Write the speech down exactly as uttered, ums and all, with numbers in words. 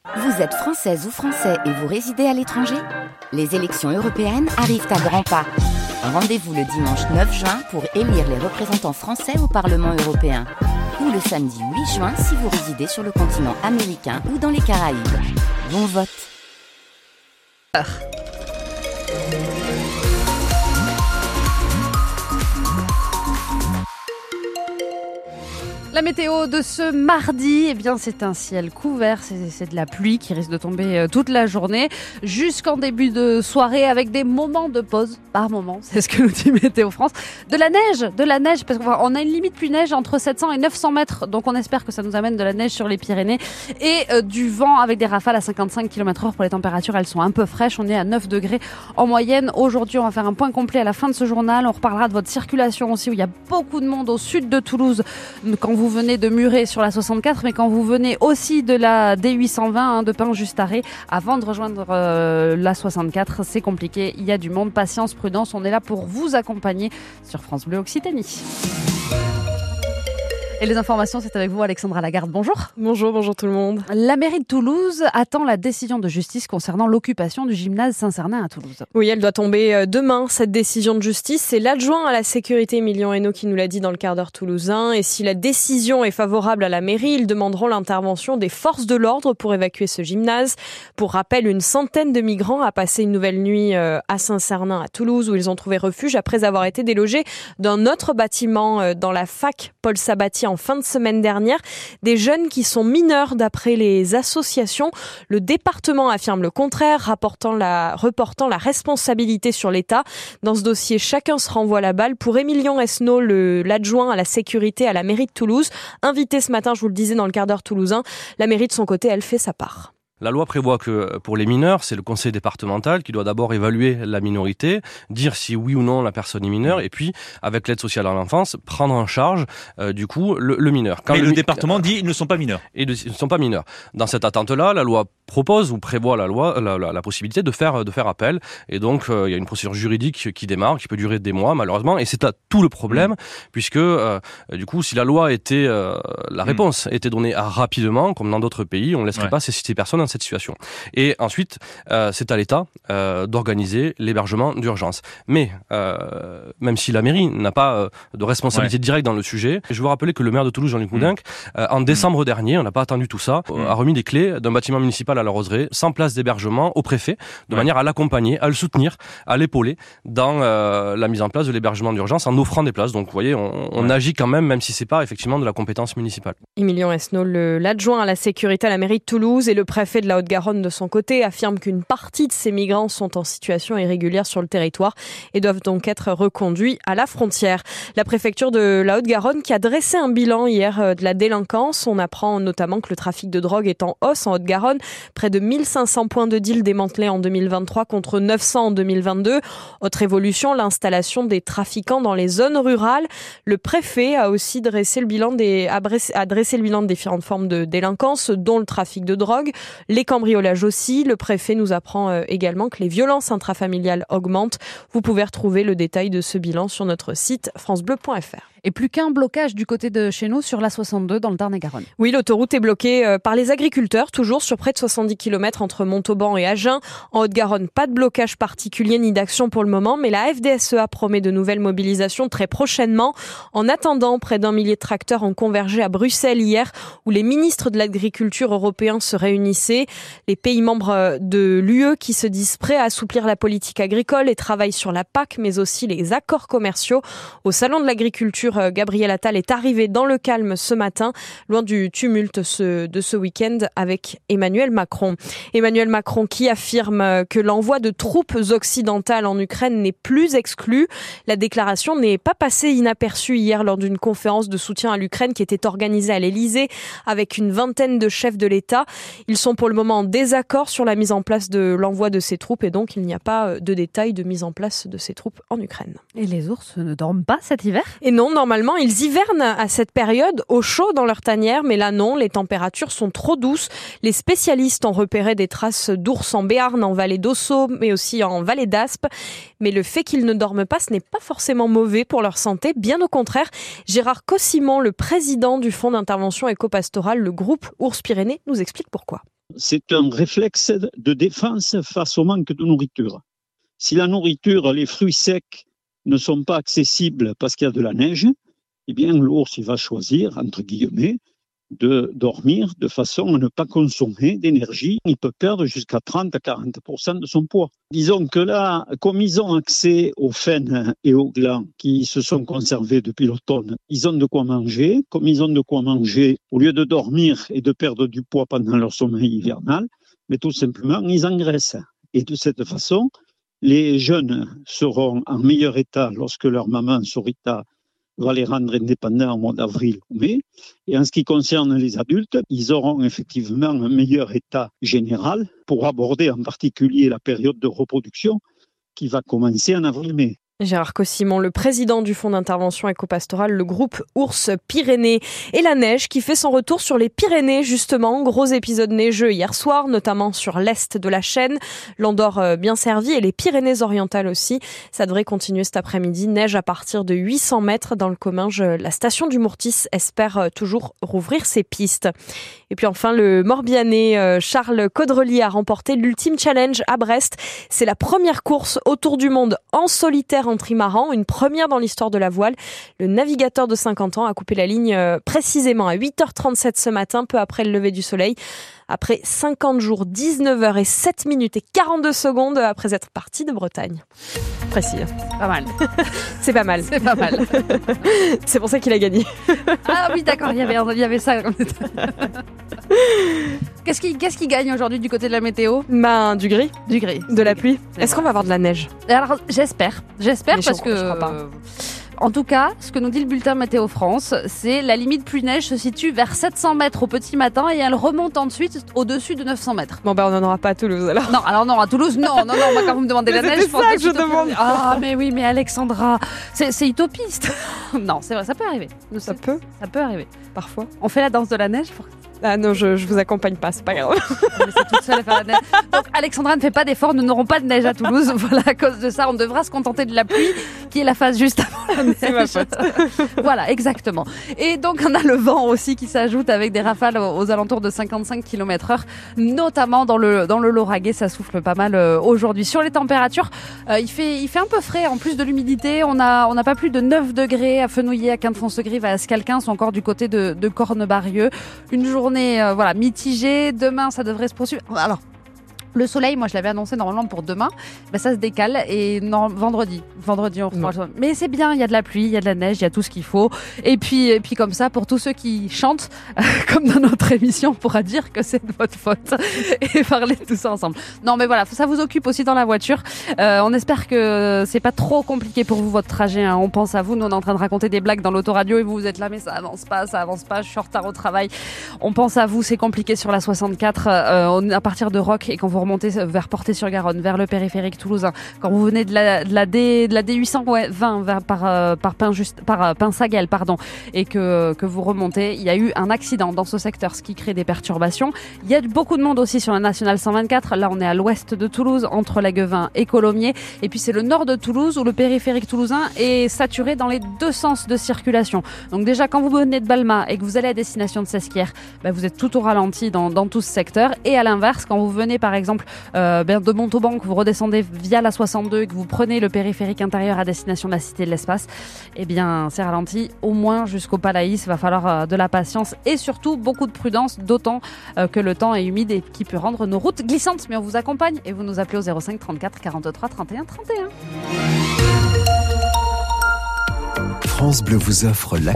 Vous êtes française ou français et vous résidez à l'étranger ? Les élections européennes arrivent à grands pas. Rendez-vous le dimanche neuf juin pour élire les représentants français au Parlement européen. Ou le samedi huit juin si vous résidez sur le continent américain ou dans les Caraïbes. Bon vote. La météo de ce mardi, eh bien c'est un ciel couvert, c'est, c'est de la pluie qui risque de tomber toute la journée jusqu'en début de soirée avec des moments de pause par moment, c'est ce que nous dit Météo France. De la neige, de la neige parce qu'on a une limite pluie-neige entre sept cents et neuf cents mètres, donc on espère que ça nous amène de la neige sur les Pyrénées et euh, du vent avec des rafales à cinquante-cinq kilomètres heure pour les températures, elles sont un peu fraîches, on est à neuf degrés en moyenne. Aujourd'hui on va faire un point complet à la fin de ce journal, on reparlera de votre circulation aussi où il y a beaucoup de monde au sud de Toulouse quand vous Vous venez de Muret sur la soixante-quatre, mais quand vous venez aussi de la D huit cent vingt, hein, de Pin-Juste-Arrêt, avant de rejoindre euh, la soixante-quatre, c'est compliqué, il y a du monde, patience, prudence, on est là pour vous accompagner sur France Bleu Occitanie. Et les informations, c'est avec vous Alexandra Lagarde, bonjour. Bonjour, bonjour tout le monde. La mairie de Toulouse attend la décision de justice concernant l'occupation du gymnase Saint-Cernin à Toulouse. Oui, elle doit tomber demain, cette décision de justice. C'est l'adjoint à la sécurité, Emilien Hainaut, qui nous l'a dit dans le quart d'heure toulousain. Et si la décision est favorable à la mairie, ils demanderont l'intervention des forces de l'ordre pour évacuer ce gymnase. Pour rappel, une centaine de migrants a passé une nouvelle nuit à Saint-Cernin à Toulouse, où ils ont trouvé refuge après avoir été délogés d'un autre bâtiment dans la fac Paul Sabatier en fin de semaine dernière. Des jeunes qui sont mineurs d'après les associations. Le département affirme le contraire, rapportant la, reportant la responsabilité sur l'État. Dans ce dossier, chacun se renvoie la balle. Pour Emilien Hainaut, le, l'adjoint à la sécurité à la mairie de Toulouse, invité ce matin, je vous le disais, dans le quart d'heure toulousain, la mairie de son côté, elle fait sa part. La loi prévoit que pour les mineurs, c'est le conseil départemental qui doit d'abord évaluer la minorité, dire si oui ou non la personne est mineure, et puis, avec l'aide sociale à l'enfance, prendre en charge, euh, du coup, le, le mineur. Quand Mais le, le département dit ils ne sont pas mineurs. Et de, ils ne sont pas mineurs. Dans cette attente-là, la loi propose ou prévoit la loi la, la, la possibilité de faire de faire appel, et donc euh, il y a une procédure juridique qui démarre, qui peut durer des mois malheureusement, et c'est à tout le problème, mmh. puisque euh, du coup, si la loi était euh, la réponse mmh. était donnée rapidement, comme dans d'autres pays, on ne laisserait ouais. pas ces, ces personnes dans cette situation. Et ensuite, euh, c'est à l'État euh, d'organiser l'hébergement d'urgence. Mais euh, même si la mairie n'a pas euh, de responsabilité ouais. directe dans le sujet, je veux rappeler que le maire de Toulouse, Jean-Luc Moudinque, mmh. euh, en décembre mmh. dernier, on n'a pas attendu tout ça, mmh. a remis des clés d'un bâtiment municipal à la Roseraie, sans place d'hébergement au préfet, de ouais. manière à l'accompagner, à le soutenir, à l'épauler dans euh, la mise en place de l'hébergement d'urgence en offrant des places. Donc vous voyez, on, on ouais. agit quand même, même si c'est pas effectivement de la compétence municipale. Emilien Hainaut, le, l'adjoint à la sécurité à la mairie de Toulouse et le préfet de la Haute-Garonne de son côté affirme qu'une partie de ces migrants sont en situation irrégulière sur le territoire et doivent donc être reconduits à la frontière. La préfecture de la Haute-Garonne qui a dressé un bilan hier de la délinquance. On apprend notamment que le trafic de drogue est en hausse en Haute-Garonne. Près de mille cinq cents points de deal démantelés en deux mille vingt-trois contre neuf cents en deux mille vingt-deux. Autre évolution, l'installation des trafiquants dans les zones rurales. Le préfet a aussi dressé le bilan des, a dressé le bilan de différentes formes de délinquance, dont le trafic de drogue, les cambriolages aussi. Le préfet nous apprend également que les violences intrafamiliales augmentent. Vous pouvez retrouver le détail de ce bilan sur notre site francebleu point f r. Et plus qu'un blocage du côté de chez nous sur la soixante-deux dans le Tarn-et-Garonne. Oui, l'autoroute est bloquée par les agriculteurs, toujours sur près de soixante-dix kilomètres entre Montauban et Agen. En Haute-Garonne, pas de blocage particulier ni d'action pour le moment, mais la F D S E A promet de nouvelles mobilisations très prochainement. En attendant, près d'un millier de tracteurs ont convergé à Bruxelles hier, où les ministres de l'agriculture européens se réunissaient. Les pays membres de l'U E qui se disent prêts à assouplir la politique agricole et travaillent sur la P A C, mais aussi les accords commerciaux. Au salon de l'agriculture, Gabriel Attal est arrivé dans le calme ce matin, loin du tumulte de ce week-end avec Emmanuel Macron. Emmanuel Macron qui affirme que l'envoi de troupes occidentales en Ukraine n'est plus exclu. La déclaration n'est pas passée inaperçue hier lors d'une conférence de soutien à l'Ukraine qui était organisée à l'Elysée avec une vingtaine de chefs de l'État. Ils sont pour le moment en désaccord sur la mise en place de l'envoi de ces troupes et donc il n'y a pas de détails de mise en place de ces troupes en Ukraine. Et les ours ne dorment pas cet hiver ? Et non, normalement, ils hivernent à cette période au chaud dans leur tanière, mais là non, les températures sont trop douces. Les spécialistes ont repéré des traces d'ours en Béarn, en vallée d'Ossau, mais aussi en vallée d'Aspe. Mais le fait qu'ils ne dorment pas, ce n'est pas forcément mauvais pour leur santé, bien au contraire. Gérard Cossimon, le président du fonds d'intervention éco-pastorale, le groupe Ours Pyrénées, nous explique pourquoi. C'est un réflexe de défense face au manque de nourriture. Si la nourriture, les fruits secs ne sont pas accessibles parce qu'il y a de la neige, eh bien l'ours il va choisir, entre guillemets, de dormir de façon à ne pas consommer d'énergie. Il peut perdre jusqu'à trente à quarante pour cent de son poids. Disons que là, comme ils ont accès aux faines et aux glands qui se sont conservés depuis l'automne, ils ont de quoi manger. Comme ils ont de quoi manger, au lieu de dormir et de perdre du poids pendant leur sommeil hivernal, mais tout simplement, ils engraissent. Et de cette façon, les jeunes seront en meilleur état lorsque leur maman Sorita va les rendre indépendants au mois d'avril ou mai. Et en ce qui concerne les adultes, ils auront effectivement un meilleur état général pour aborder en particulier la période de reproduction qui va commencer en avril-mai. Gérard Cossimon, le président du fonds d'intervention éco-pastorale, le groupe Ours Pyrénées. Et la neige qui fait son retour sur les Pyrénées, justement. Gros épisode neigeux hier soir, notamment sur l'est de la chaîne. L'Andorre bien servi et les Pyrénées-Orientales aussi. Ça devrait continuer cet après-midi. Neige à partir de huit cents mètres dans le Comminges. La station du Mourtis espère toujours rouvrir ses pistes. Et puis enfin, le Morbihanais Charles Caudrelier a remporté l'Ultime Challenge à Brest. C'est la première course autour du monde en solitaire en trimaran, une première dans l'histoire de la voile. Le navigateur de cinquante ans a coupé la ligne précisément à huit heures trente-sept ce matin, peu après le lever du soleil. Après cinquante jours, dix-neuf heures et sept minutes et quarante-deux secondes après être parti de Bretagne. Précis. Pas mal. C'est pas mal. C'est pas mal. C'est pour ça qu'il a gagné. Ah oui, d'accord, il y avait, il y avait ça. Qu'est-ce qui, qu'est-ce qui gagne aujourd'hui du côté de la météo ? Ben, du gris. Du gris. De la pluie. C'est Est-ce vrai. qu'on va avoir de la neige ? Alors, j'espère. J'espère Mais parce je- que... je crois pas. euh, En tout cas, ce que nous dit le bulletin Météo France, c'est la limite pluie-neige se situe vers sept cents mètres au petit matin et elle remonte ensuite au-dessus de neuf cents mètres. Bon, ben, on n'en aura pas à Toulouse, alors. Non, alors non, à Toulouse, non, non, non, moi quand vous me demandez Mais la neige, c'était pense ça tout que je de suite au demande. plus- Ah, mais oui, mais Alexandra, c'est, c'est utopiste. Non, c'est vrai, ça peut arriver. Nous, Ça c'est- peut, Ça peut arriver. parfois. On fait la danse de la neige pour... Ah non, je, je vous accompagne pas, c'est pas grave. Mais c'est toute seule à faire la neige. Donc Alexandra ne fait pas d'effort, nous n'aurons pas de neige à Toulouse. Voilà, à cause de ça, on devra se contenter de la pluie, qui est la phase juste avant la neige. C'est ma faute. Voilà, exactement. Et donc on a le vent aussi qui s'ajoute avec des rafales aux, aux alentours de cinquante-cinq kilomètres heure, notamment dans le dans le Lauragais, ça souffle pas mal euh, aujourd'hui. Sur les températures, euh, il fait il fait un peu frais en plus de l'humidité. On a on n'a pas plus de neuf degrés à Fenouillet, à Quinte-Fonce-Gris, à Escalquin, ou encore du côté de, de Cornebarieux. Une journée euh, voilà mitigée. Demain, ça devrait se poursuivre. Alors. Le soleil, moi je l'avais annoncé normalement pour demain, ben ça se décale et non, vendredi, vendredi on reprend. le- Mais c'est bien, il y a de la pluie, il y a de la neige, il y a tout ce qu'il faut. Et puis, et puis comme ça, pour tous ceux qui chantent, comme dans notre émission, on pourra dire que c'est de votre faute et parler de tout ça ensemble. Non mais voilà, ça vous occupe aussi dans la voiture. Euh, on espère que c'est pas trop compliqué pour vous votre trajet. Hein. On pense à vous, nous on est en train de raconter des blagues dans l'autoradio et vous vous êtes là mais ça avance pas, ça avance pas, je suis en retard au travail. On pense à vous, c'est compliqué sur la soixante-quatre, euh, on est à partir de Roc et quand vous remontez vers Portée-sur-Garonne, vers le périphérique toulousain, quand vous venez de la, de la D, de la D huit cent vingt vers, par, euh, par Pin juste, par euh, Pinsaguel, pardon, et que, que vous remontez, il y a eu un accident dans ce secteur, ce qui crée des perturbations. Il y a beaucoup de monde aussi sur la nationale cent vingt-quatre. Là, on est à l'ouest de Toulouse, entre Laguevin et Colomiers. Et puis, c'est le nord de Toulouse où le périphérique toulousain est saturé dans les deux sens de circulation. Donc, déjà, quand vous venez de Balma et que vous allez à destination de Sesquières, ben, vous êtes tout au ralenti dans, dans tout ce secteur. Et à l'inverse, quand vous venez, par exemple, Euh, ben de Montauban, que vous redescendez via la soixante-deux et que vous prenez le périphérique intérieur à destination de la Cité de l'Espace, eh bien c'est ralenti au moins jusqu'au Palaïs. Il va falloir euh, de la patience et surtout beaucoup de prudence, d'autant euh, que le temps est humide et qui peut rendre nos routes glissantes. Mais on vous accompagne et vous nous appelez au zéro cinq trente-quatre quarante-trois trente et un trente et un. France Bleu vous offre la